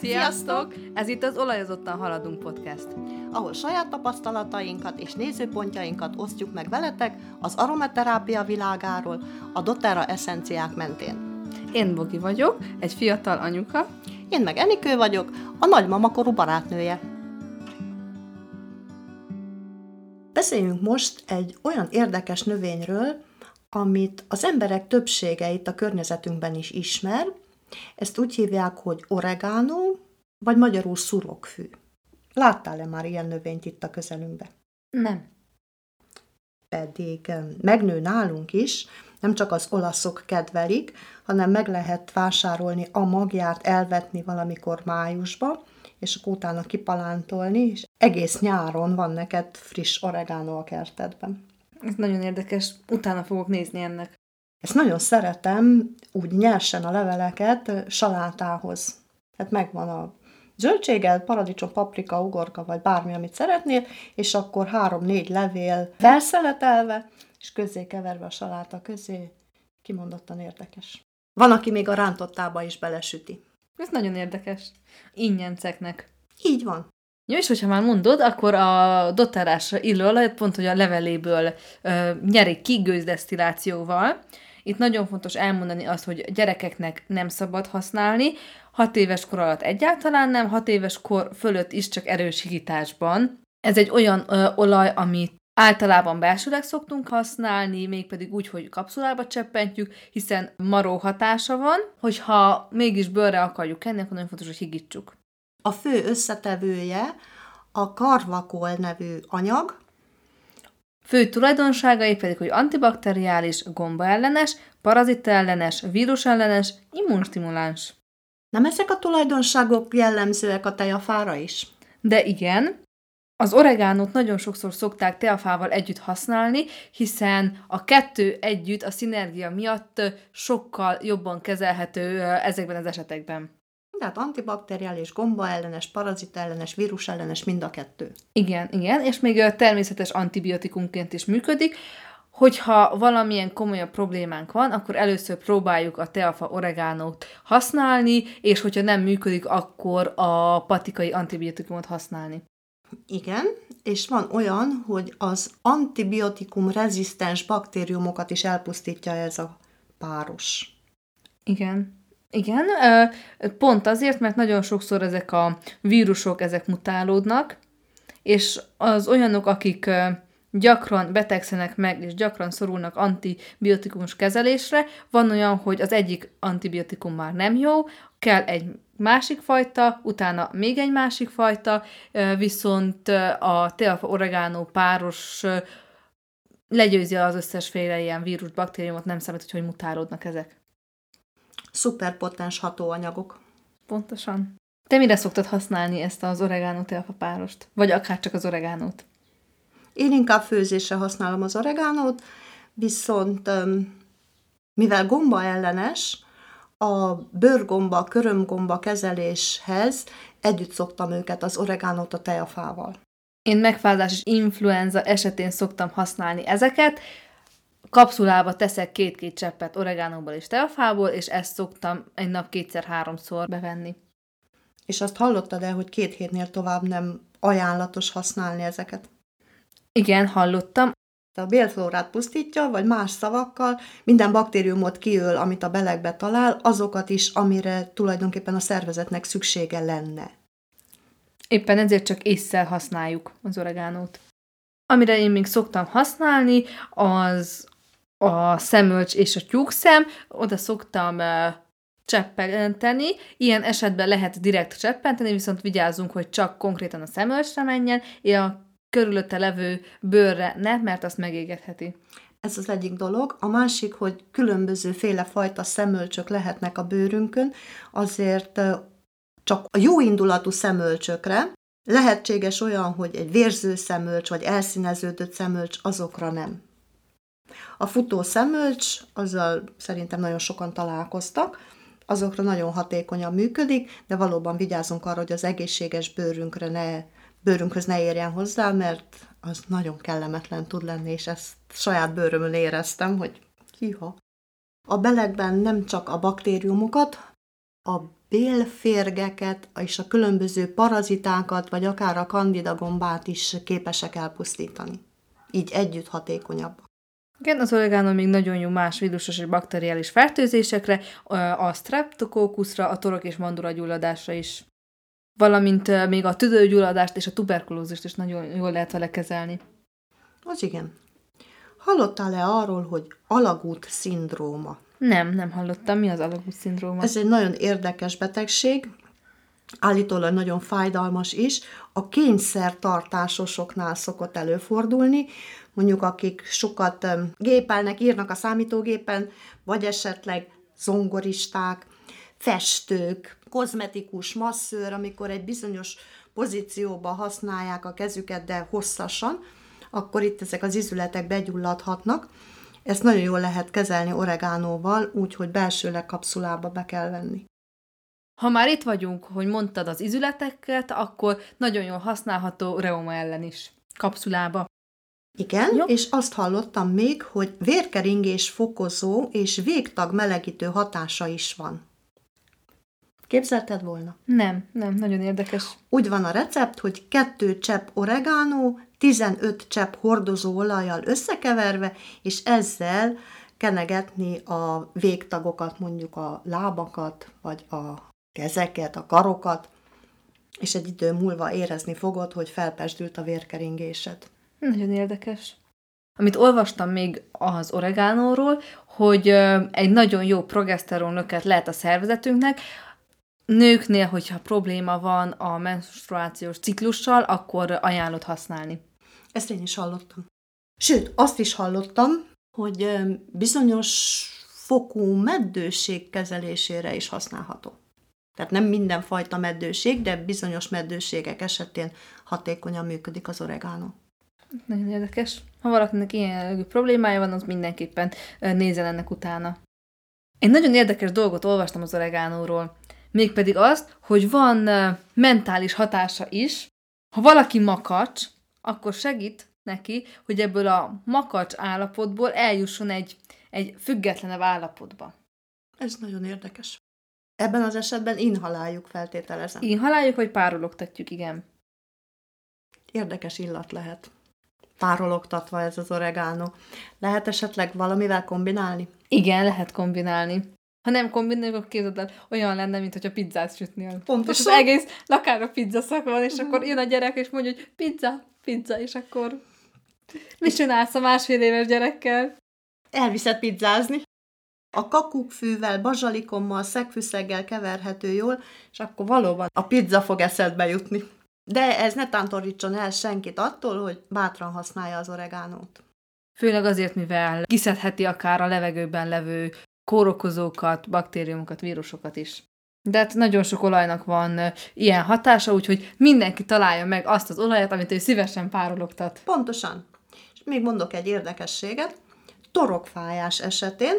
Sziasztok! Ez itt az Olajozottan Haladunk podcast, ahol saját tapasztalatainkat és nézőpontjainkat osztjuk meg veletek az aromaterápia világáról a doTERRA eszenciák mentén. Én Bogi vagyok, egy fiatal anyuka. Én meg Enikő vagyok, a nagymamakorú barátnője. Beszéljünk most egy olyan érdekes növényről, amit az emberek többsége itt a környezetünkben is ismer. Ezt úgy hívják, hogy oregano, vagy magyarul szurokfű. Láttál-e már ilyen növényt itt a közelünkben? Nem. Pedig megnő nálunk is, nem csak az olaszok kedvelik, hanem meg lehet vásárolni a magját, elvetni valamikor májusba, és akkor utána kipalántolni, és egész nyáron van neked friss oregano a kertedben. Ez nagyon érdekes, utána fogok nézni ennek. Ezt nagyon szeretem, úgy nyersen a leveleket salátához. Tehát megvan a zöldséged, paradicsom, paprika, ugorka, vagy bármi, amit szeretnél, és akkor 3-4 levél felszeletelve, és közzé keverve a saláta közé, kimondottan érdekes. Van, aki még a rántottába is belesüti. Ez nagyon érdekes. Ingyenceknek. Így van. Jó, és hogyha már mondod, akkor a doTERRA-s illóolajat pont, hogy a leveléből nyerik ki gőzdesztillációval. Itt nagyon fontos elmondani azt, hogy gyerekeknek nem szabad használni, 6 éves kor alatt egyáltalán nem, 6 éves kor fölött is csak erős higításban. Ez egy olyan olaj, amit általában belsőleg szoktunk használni, mégpedig úgy, hogy kapszulába cseppentjük, hiszen maró hatása van, hogyha mégis bőrre akarjuk kenni, akkor nagyon fontos, hogy higítsuk. A fő összetevője a karvakol nevű anyag. Fő tulajdonságai pedig, hogy antibakteriális, gombaellenes, parazitaellenes, vírusellenes, immunstimuláns. Nem ezek a tulajdonságok jellemzőek a tejafára is? De igen, az oregánót nagyon sokszor szokták tejafával együtt használni, hiszen a kettő együtt a szinergia miatt sokkal jobban kezelhető ezekben az esetekben. Tehát antibakteriális, gombaellenes, parazitaellenes, vírusellenes mind a kettő. Igen, és még természetes antibiotikumként is működik. Hogyha valamilyen komolyabb problémánk van, akkor először próbáljuk a teafa oregánót használni, és hogyha nem működik, akkor a patikai antibiotikumot használni. Igen, és van olyan, hogy az antibiotikum rezisztens baktériumokat is elpusztítja ez a páros. Igen, pont azért, mert nagyon sokszor ezek a vírusok, ezek mutálódnak, és az olyanok, akik gyakran betegszenek meg, és gyakran szorulnak antibiotikumos kezelésre, van olyan, hogy az egyik antibiotikum már nem jó, kell egy másik fajta, utána még egy másik fajta, viszont a teafa oregano páros legyőzi az összesféle ilyen vírus, baktériumot, nem számít, hogy mutálódnak ezek. Szuperpotens hatóanyagok. Pontosan. Te mire szoktad használni ezt az oregano teafa párost? Vagy akár csak az oregánót? Én inkább főzésre használom az oregánót, viszont mivel gombaellenes, a bőrgomba, körömgomba kezeléshez együtt szoktam őket, az oregánót a tejafával. Én megfázás és influenza esetén szoktam használni ezeket. Kapszulába teszek 2 cseppet oregánóból és teafából, és ezt szoktam egy nap 2-3-szor bevenni. És azt hallottad el, hogy 2 hétnél tovább nem ajánlatos használni ezeket? Igen, hallottam. A bélflórát pusztítja, vagy más szavakkal minden baktériumot kiöl, amit a belegbe talál, azokat is, amire tulajdonképpen a szervezetnek szüksége lenne. Éppen ezért csak ésszel használjuk az oregánót. Amire én még szoktam használni, az a szemölcs és a tyúkszem, oda szoktam cseppenteni, ilyen esetben lehet direkt cseppenteni, viszont vigyázzunk, hogy csak konkrétan a szemölcsre menjen, és a körülötte levő bőrre ne, mert azt megégetheti. Ez az egyik dolog. A másik, hogy különbözőféle fajta szemölcsök lehetnek a bőrünkön, azért csak a jó indulatú szemölcsökre, lehetséges olyan, hogy egy vérző szemölcs, vagy elszíneződött szemölcs, azokra nem. A futó szemölcs, azzal szerintem nagyon sokan találkoztak, azokra nagyon hatékonyan működik, de valóban vigyázzunk arra, hogy az egészséges bőrünkhöz ne érjen hozzá, mert az nagyon kellemetlen tud lenni, és ezt saját bőrömön éreztem, hogy hiha. A belegben nem csak a baktériumokat, a bélférgeket és a különböző parazitákat, vagy akár a candida gombát is képesek elpusztítani. Így együtt hatékonyabb. Igen, az oregano még nagyon jó más vírusos és bakteriális fertőzésekre, a streptokókuszra, a torok és mandulagyulladásra is. Valamint még a tüdőgyulladást és a tuberkulózist is nagyon jól lehet vele kezelni. Az igen. Hallottál-e arról, hogy alagút-szindróma? Nem hallottam. Mi az alagút-szindróma? Ez egy nagyon érdekes betegség, állítólag nagyon fájdalmas is. A kényszertartásosoknál szokott előfordulni, mondjuk akik sokat gépelnek, írnak a számítógépen, vagy esetleg zongoristák, festők, kozmetikus, masszőr, amikor egy bizonyos pozícióba használják a kezüket, de hosszasan, akkor itt ezek az izületek begyulladhatnak. Ezt nagyon jól lehet kezelni oregánóval, úgyhogy belsőleg kapszulába be kell venni. Ha már itt vagyunk, hogy mondtad az izületeket, akkor nagyon jól használható reuma ellen is. Kapszulába. Igen, Jó. És azt hallottam még, hogy vérkeringés fokozó és végtag melegítő hatása is van. Képzelted volna? Nem, nagyon érdekes. Úgy van a recept, hogy 2 csepp oregánó, 15 csepp hordozóolajjal összekeverve, és ezzel kenegetni a végtagokat, mondjuk a lábakat, vagy a kezeket, a karokat, és egy idő múlva érezni fogod, hogy felpesdült a vérkeringésed. Nagyon érdekes. Amit olvastam még az oregánóról, hogy egy nagyon jó progeszteronlöket lehet a szervezetünknek. Nőknél, hogyha probléma van a menstruációs ciklussal, akkor ajánlott használni. Ezt én is hallottam. Sőt, azt is hallottam, hogy bizonyos fokú meddőség kezelésére is használható. Tehát nem mindenfajta meddőség, de bizonyos meddőségek esetén hatékonyan működik az oregánó. Nagyon érdekes. Ha valakinek ilyen jellegű problémája van, az mindenképpen nézzen ennek utána. Egy nagyon érdekes dolgot olvastam az oregánóról, mégpedig azt, hogy van mentális hatása is. Ha valaki makacs, akkor segít neki, hogy ebből a makacs állapotból eljusson egy függetlenebb állapotba. Ez nagyon érdekes. Ebben az esetben inhaláljuk, feltételezem. Inhaláljuk, vagy párologtatjuk, igen. Érdekes illat lehet. Párologtatva ez az oregánó. Lehet esetleg valamivel kombinálni? Igen, lehet kombinálni. Ha nem kombináljuk, akkor képzeld el, olyan lenne, mint hogyha pizzát sütnél. Pontosan. És az egész lakásra pizzaszak van, és akkor jön a gyerek, és mondja, hogy pizza, és akkor mit csinálsz a 1,5 éves gyerekkel? Elviszed pizzázni. A kakukkfűvel, bazsalikommal, szegfűszeggel keverhető jól, és akkor valóban a pizza fog eszedbe jutni. De ez ne tántorítson el senkit attól, hogy bátran használja az oregánót. Főleg azért, mivel kiszedheti akár a levegőben levő kórokozókat, baktériumokat, vírusokat is. De hát nagyon sok olajnak van ilyen hatása, úgyhogy mindenki találja meg azt az olajat, amit ő szívesen párologtat. Pontosan. És még mondok egy érdekességet. Torokfájás esetén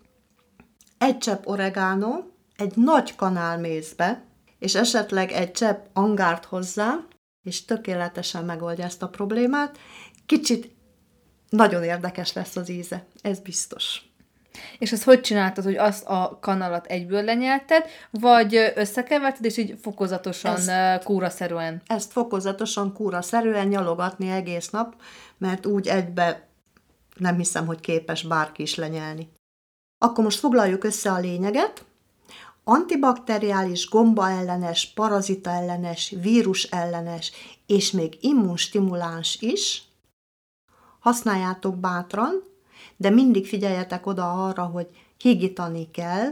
1 csepp oregánó, egy nagy kanál mézbe, és esetleg egy csepp angárt hozzá, és tökéletesen megoldja ezt a problémát. Kicsit nagyon érdekes lesz az íze, ez biztos. És ezt hogy csináltad, hogy azt a kanalat egyből lenyelted, vagy összekeverted, és így fokozatosan, kúraszerűen? Ezt fokozatosan, kúraszerűen nyalogatni egész nap, mert úgy egybe nem hiszem, hogy képes bárki is lenyelni. Akkor most foglaljuk össze a lényeget. Antibakteriális, gombaellenes, parazitaellenes, vírusellenes és még immunstimuláns is. Használjátok bátran, de mindig figyeljetek oda arra, hogy higítani kell.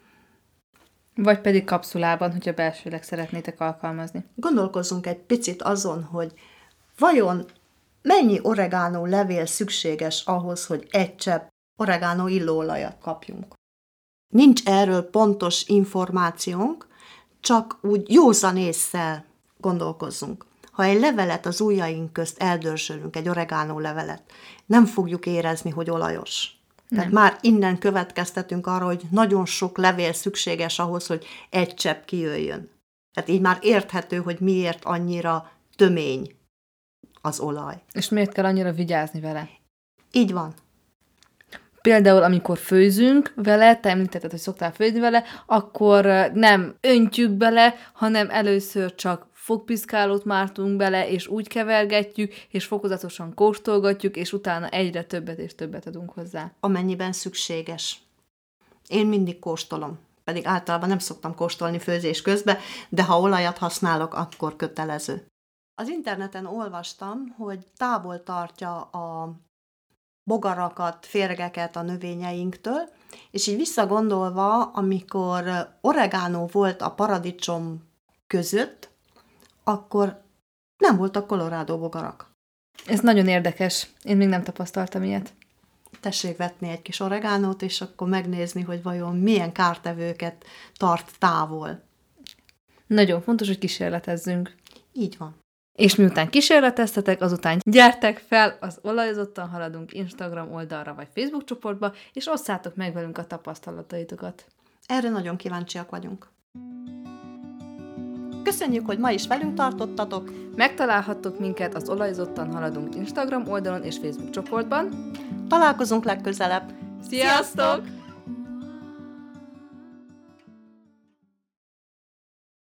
Vagy pedig kapszulában, hogyha belsőleg szeretnétek alkalmazni. Gondolkozzunk egy picit azon, hogy vajon mennyi oregánó levél szükséges ahhoz, hogy 1 csepp oregánó illóolajat kapjunk. Nincs erről pontos információnk, csak úgy józan ésszel gondolkozzunk. Ha egy levelet az ujjaink közt eldörzsölünk, egy oregánó levelet, nem fogjuk érezni, hogy olajos. Tehát már innen következtetünk arra, hogy nagyon sok levél szükséges ahhoz, hogy 1 csepp kijöjjön. Tehát így már érthető, hogy miért annyira tömény az olaj. És miért kell annyira vigyázni vele? Így van. Például, amikor főzünk vele, te említetted, hogy szoktál főzni vele, akkor nem öntjük bele, hanem először csak fogpiszkálót mártunk bele, és úgy kevergetjük, és fokozatosan kóstolgatjuk, és utána egyre többet és többet adunk hozzá. Amennyiben szükséges. Én mindig kóstolom, pedig általában nem szoktam kóstolni főzés közben, de ha olajat használok, akkor kötelező. Az interneten olvastam, hogy távol tartja a bogarakat, férgeket a növényeinktől, és így visszagondolva, amikor oregánó volt a paradicsom között, akkor nem voltak Colorado bogarak. Ez nagyon érdekes. Én még nem tapasztaltam ilyet. Tessék vetni egy kis oregánót, és akkor megnézni, hogy vajon milyen kártevőket tart távol. Nagyon fontos, hogy kísérletezzünk. Így van. És miután kísérleteztetek, azután gyertek fel az Olajozottan Haladunk Instagram oldalra vagy Facebook csoportba, és osszátok meg velünk a tapasztalataitokat. Erre nagyon kíváncsiak vagyunk. Köszönjük, hogy ma is velünk tartottatok. Megtalálhattok minket az Olajozottan Haladunk Instagram oldalon és Facebook csoportban. Találkozunk legközelebb. Sziasztok!